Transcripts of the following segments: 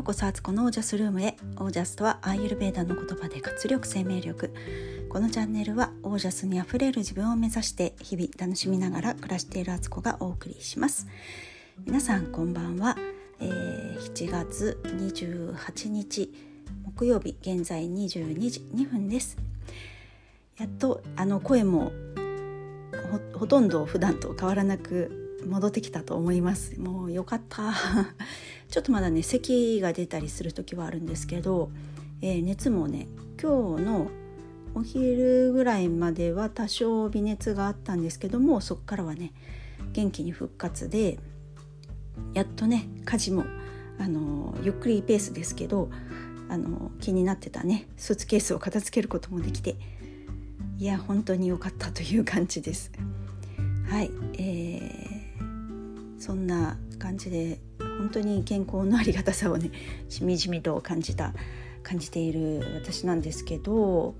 こそアツコのオージャスルームへ。オージャスとはアーユルヴェーダの言葉で活力、生命力。このチャンネルはオージャスにあふれる自分を目指して日々楽しみながら暮らしているアツコがお送りします。皆さんこんばんは。7月28日木曜日、現在22時2分です。やっと声も ほとんど普段と変わらなく戻ってきたと思います。もうよかったちょっとまだね咳が出たりする時はあるんですけど、熱もね今日のお昼ぐらいまでは多少微熱があったんですけども、そこからはね元気に復活で、やっとね家事もゆっくりペースですけど気になってたねスーツケースを片付けることもできて、いや本当に良かったという感じです。はい、そんな感じで本当に健康のありがたさをねしみじみと感じている私なんですけど、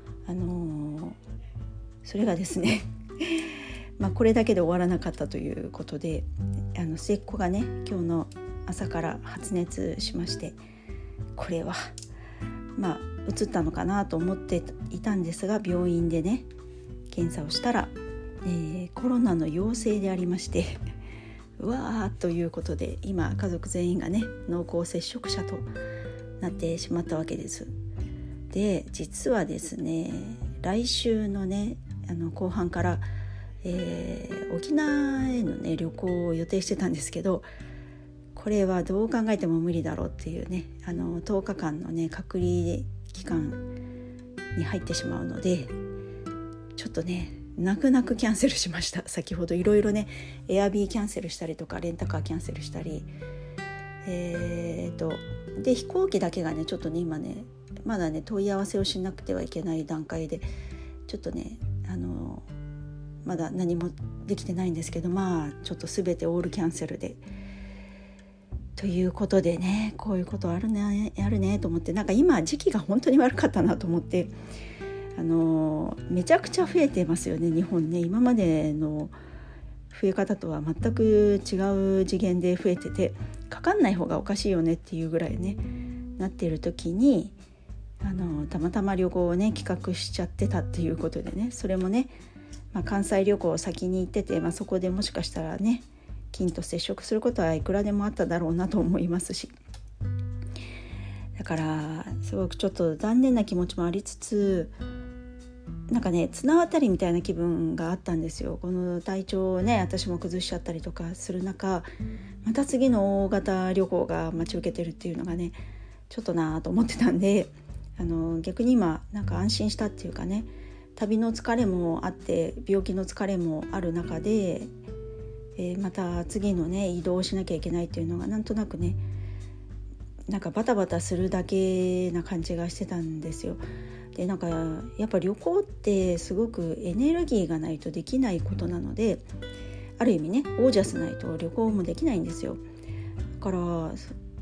それがですねこれだけで終わらなかったということで、末っ子がね今日の朝から発熱しまして、これはうつったのかなと思っていたんですが、病院でね検査をしたら、コロナの陽性でありましてうわーということで、今家族全員がね濃厚接触者となってしまったわけです。で実はですね、来週のね後半から、沖縄へのね旅行を予定してたんですけど、これはどう考えても無理だろうっていうね10日間のね隔離期間に入ってしまうので、ちょっとね泣く泣くキャンセルしました。先ほどいろいろねエアビーキャンセルしたりとかレンタカーキャンセルしたり、で飛行機だけがねちょっとね今ねまだね問い合わせをしなくてはいけない段階で、ちょっとねまだ何もできてないんですけど、ちょっと全てオールキャンセルでということでね、こういうことあるねと思って、今時期が本当に悪かったなと思って、めちゃくちゃ増えてますよね日本ね。今までの増え方とは全く違う次元で増えてて、かかんない方がおかしいよねっていうぐらいねなっている時にたまたま旅行をね企画しちゃってたっていうことでね、それもね、関西旅行を先に行ってて、そこでもしかしたらね菌と接触することはいくらでもあっただろうなと思いますし、だからすごくちょっと残念な気持ちもありつつ、綱渡りみたいな気分があったんですよ。この体調をね私も崩しちゃったりとかする中、また次の大型旅行が待ち受けてるっていうのがねちょっとなと思ってたんで、逆に今安心したっていうかね、旅の疲れもあって病気の疲れもある中で、また次のね移動をしなきゃいけないっていうのがなんとなくねバタバタするだけな感じがしてたんですよ。でやっぱ旅行ってすごくエネルギーがないとできないことなので、ある意味ねオージャスないと旅行もできないんですよ。だから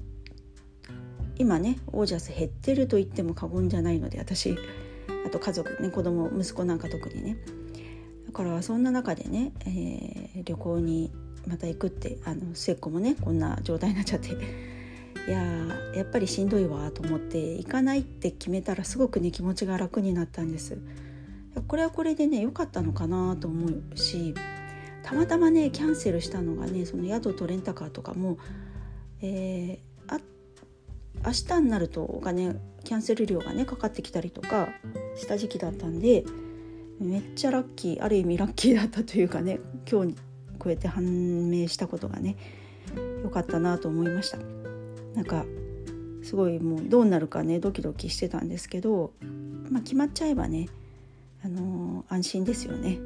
今ねオージャス減ってると言っても過言じゃないので、私あと家族ね子供息子なんか特にね、だからそんな中でね、旅行にまた行くって末っ子もねこんな状態になっちゃって、やっぱりしんどいわと思って行かないって決めたらすごくね気持ちが楽になったんです。これはこれでね良かったのかなと思うし、たまたまねキャンセルしたのがねその宿とレンタカーとかも、明日になるとお金キャンセル料がねかかってきたりとかした時期だったんで、めっちゃラッキー、ある意味ラッキーだったというかね、今日こうやって判明したことがね良かったなと思いました。すごいもうどうなるかねドキドキしてたんですけど、決まっちゃえばね、安心ですよね。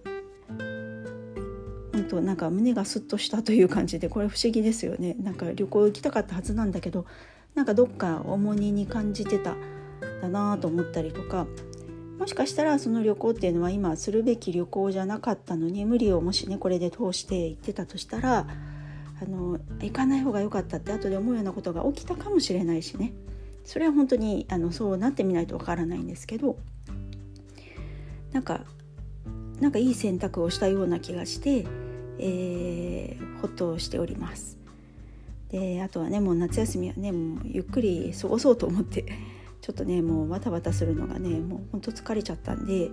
本当胸がスッとしたという感じで、これ不思議ですよね。旅行行きたかったはずなんだけどどっか重荷に感じてたんだなと思ったりとか、もしかしたらその旅行っていうのは今するべき旅行じゃなかったのに無理をもしねこれで通して行ってたとしたら行かない方が良かったって後で思うようなことが起きたかもしれないしね、それは本当にそうなってみないとわからないんですけど、いい選択をしたような気がして、ほっとしております。 であとはねもう夏休みはねもうゆっくり過ごそうと思ってちょっとねもうバタバタするのがねもうほんと疲れちゃったんで、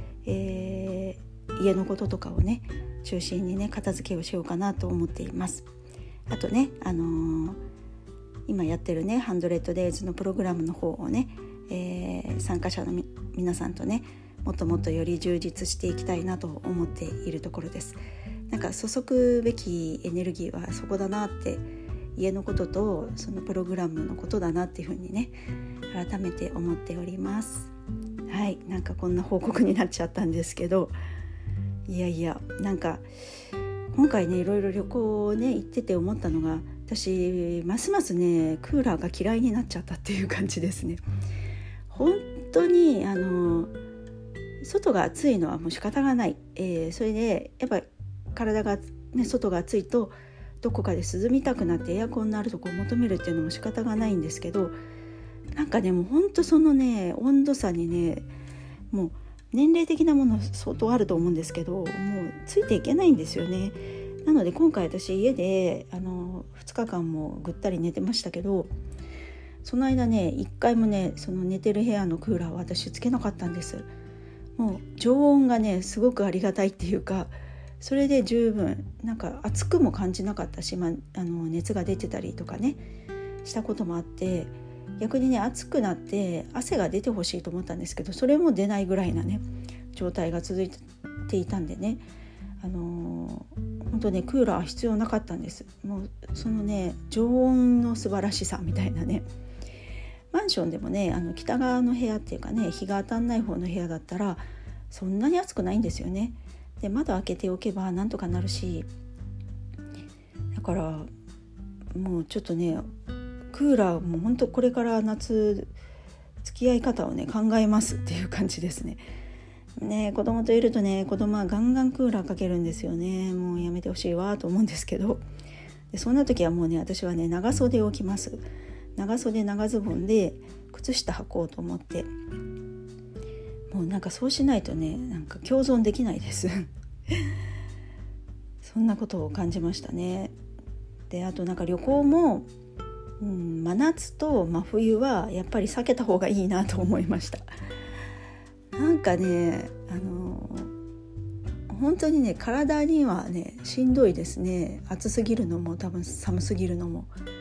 家のこととかをね中心にね片付けをしようかなと思っています。あとね、今やってるね100 days のプログラムの方をね、参加者の皆さんとねもっともっとより充実していきたいなと思っているところです。なんか注ぐべきエネルギーはそこだなって、家のこととそのプログラムのことだなっていうふうにね改めて思っております。はい、なんかこんな報告になっちゃったんですけど、いやなんか今回ねいろいろ旅行ね行ってて思ったのが、私ますますねクーラーが嫌いになっちゃったっていう感じですね。本当に外が暑いのはもう仕方がない、それでやっぱ体が、ね、外が暑いとどこかで涼みたくなってエアコンのあるとこを求めるっていうのも仕方がないんですけど、なんかねもう本当そのね温度差にねもう年齢的なもの相当あると思うんですけど、もうついていけないんですよね。なので今回私家で2日間もぐったり寝てましたけど、その間ね1回もねその寝てる部屋のクーラーを私つけなかったんです。もう常温がねすごくありがたいっていうか、それで十分なんか暑くも感じなかったし、熱が出てたりとかねしたこともあって、逆にね暑くなって汗が出てほしいと思ったんですけど、それも出ないぐらいなね状態が続いていたんでね、本当ねクーラー必要なかったんです。もうそのね常温の素晴らしさみたいなね、マンションでもね北側の部屋っていうかね日が当たんない方の部屋だったらそんなに暑くないんですよね。で窓開けておけばなんとかなるし、だからもうちょっとねクーラーも本当これから夏付き合い方をね考えますっていう感じですね。子供といるとね子供はガンガンクーラーかけるんですよね。もうやめてほしいわと思うんですけど、でそんな時はもうね私はね長袖を着ます。長袖長ズボンで靴下履こうと思って、もうなんかそうしないとねなんか共存できないですそんなことを感じましたね。であとなんか旅行も、真夏と真冬はやっぱり避けた方がいいなと思いました。なんかね本当にね体にはねしんどいですね。暑すぎるのも多分寒すぎるのも。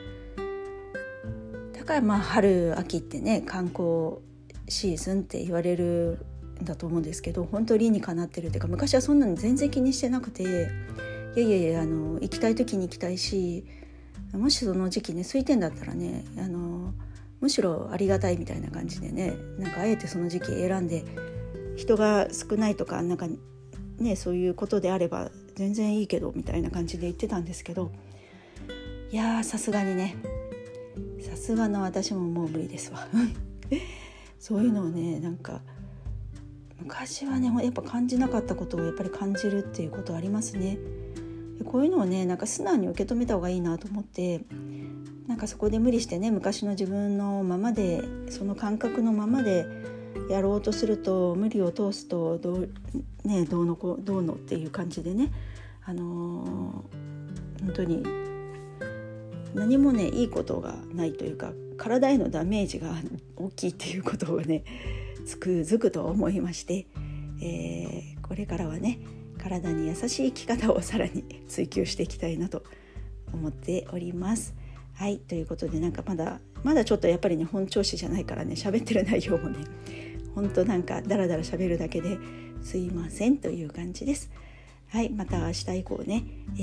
だから春秋ってね観光シーズンって言われるんだと思うんですけど、本当に理にかなってるっていうか、昔はそんなの全然気にしてなくて、いや行きたい時に行きたいし、もしその時期ね空いてんだったらねむしろありがたいみたいな感じでね、なんかあえてその時期選んで人が少ないとかなんかねそういうことであれば全然いいけどみたいな感じで言ってたんですけど、いやさすがにねさすがの私ももう無理ですわそういうのをねなんか昔はねやっぱ感じなかったことをやっぱり感じるっていうことありますね。こういうのをねなんか素直に受け止めた方がいいなと思って、なんかそこで無理してね昔の自分のままでその感覚のままでやろうとすると、無理を通すとどうのっていう感じでね、本当に何もねいいことがないというか、体へのダメージが大きいっていうことをねつくづくと思いまして、これからはね体に優しい生き方をさらに追求していきたいなと思っております。はい、ということでなんかまだちょっとやっぱりね本調子じゃないからね喋ってる内容もね本当なんかダラダラ喋るだけですいませんという感じです。はい、また明日以降ね、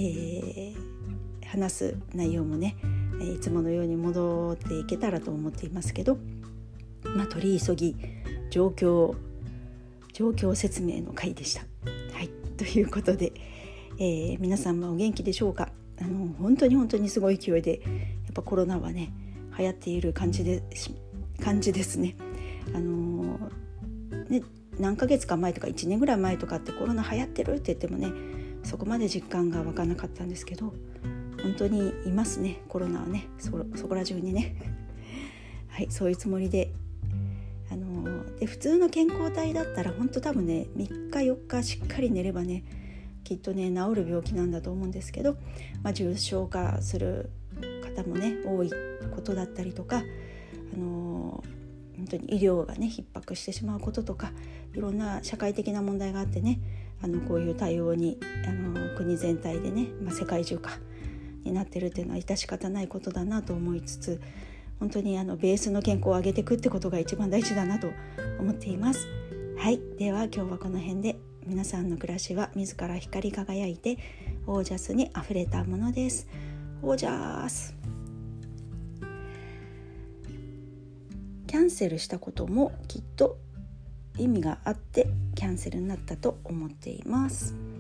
話す内容もねいつものように戻っていけたらと思っていますけど、取り急ぎ状況説明の回でした。はい、ということで、皆さんもお元気でしょうか。本当にすごい勢いでやっぱコロナはね流行っている感じですね。何ヶ月か前とか1年ぐらい前とかってコロナ流行ってるって言ってもねそこまで実感が湧かなかったんですけど、本当にいますねコロナはね、そこら中にねはい、そういうつもりでで普通の健康体だったら本当多分ね3日4日しっかり寝ればねきっとね治る病気なんだと思うんですけど、重症化する方もね多いことだったりとか、本当に医療がね逼迫してしまうこととか、いろんな社会的な問題があってね、こういう対応に国全体でね、世界中かになってるっていうのは致し方ないことだなと思いつつ、本当にベースの健康を上げていくってことが一番大事だなと思っています。はい、では今日はこの辺で。皆さんの暮らしは自ら光り輝いてオージャスにあふれたものです。オージャス。キャンセルしたこともきっと意味があってキャンセルになったと思っています。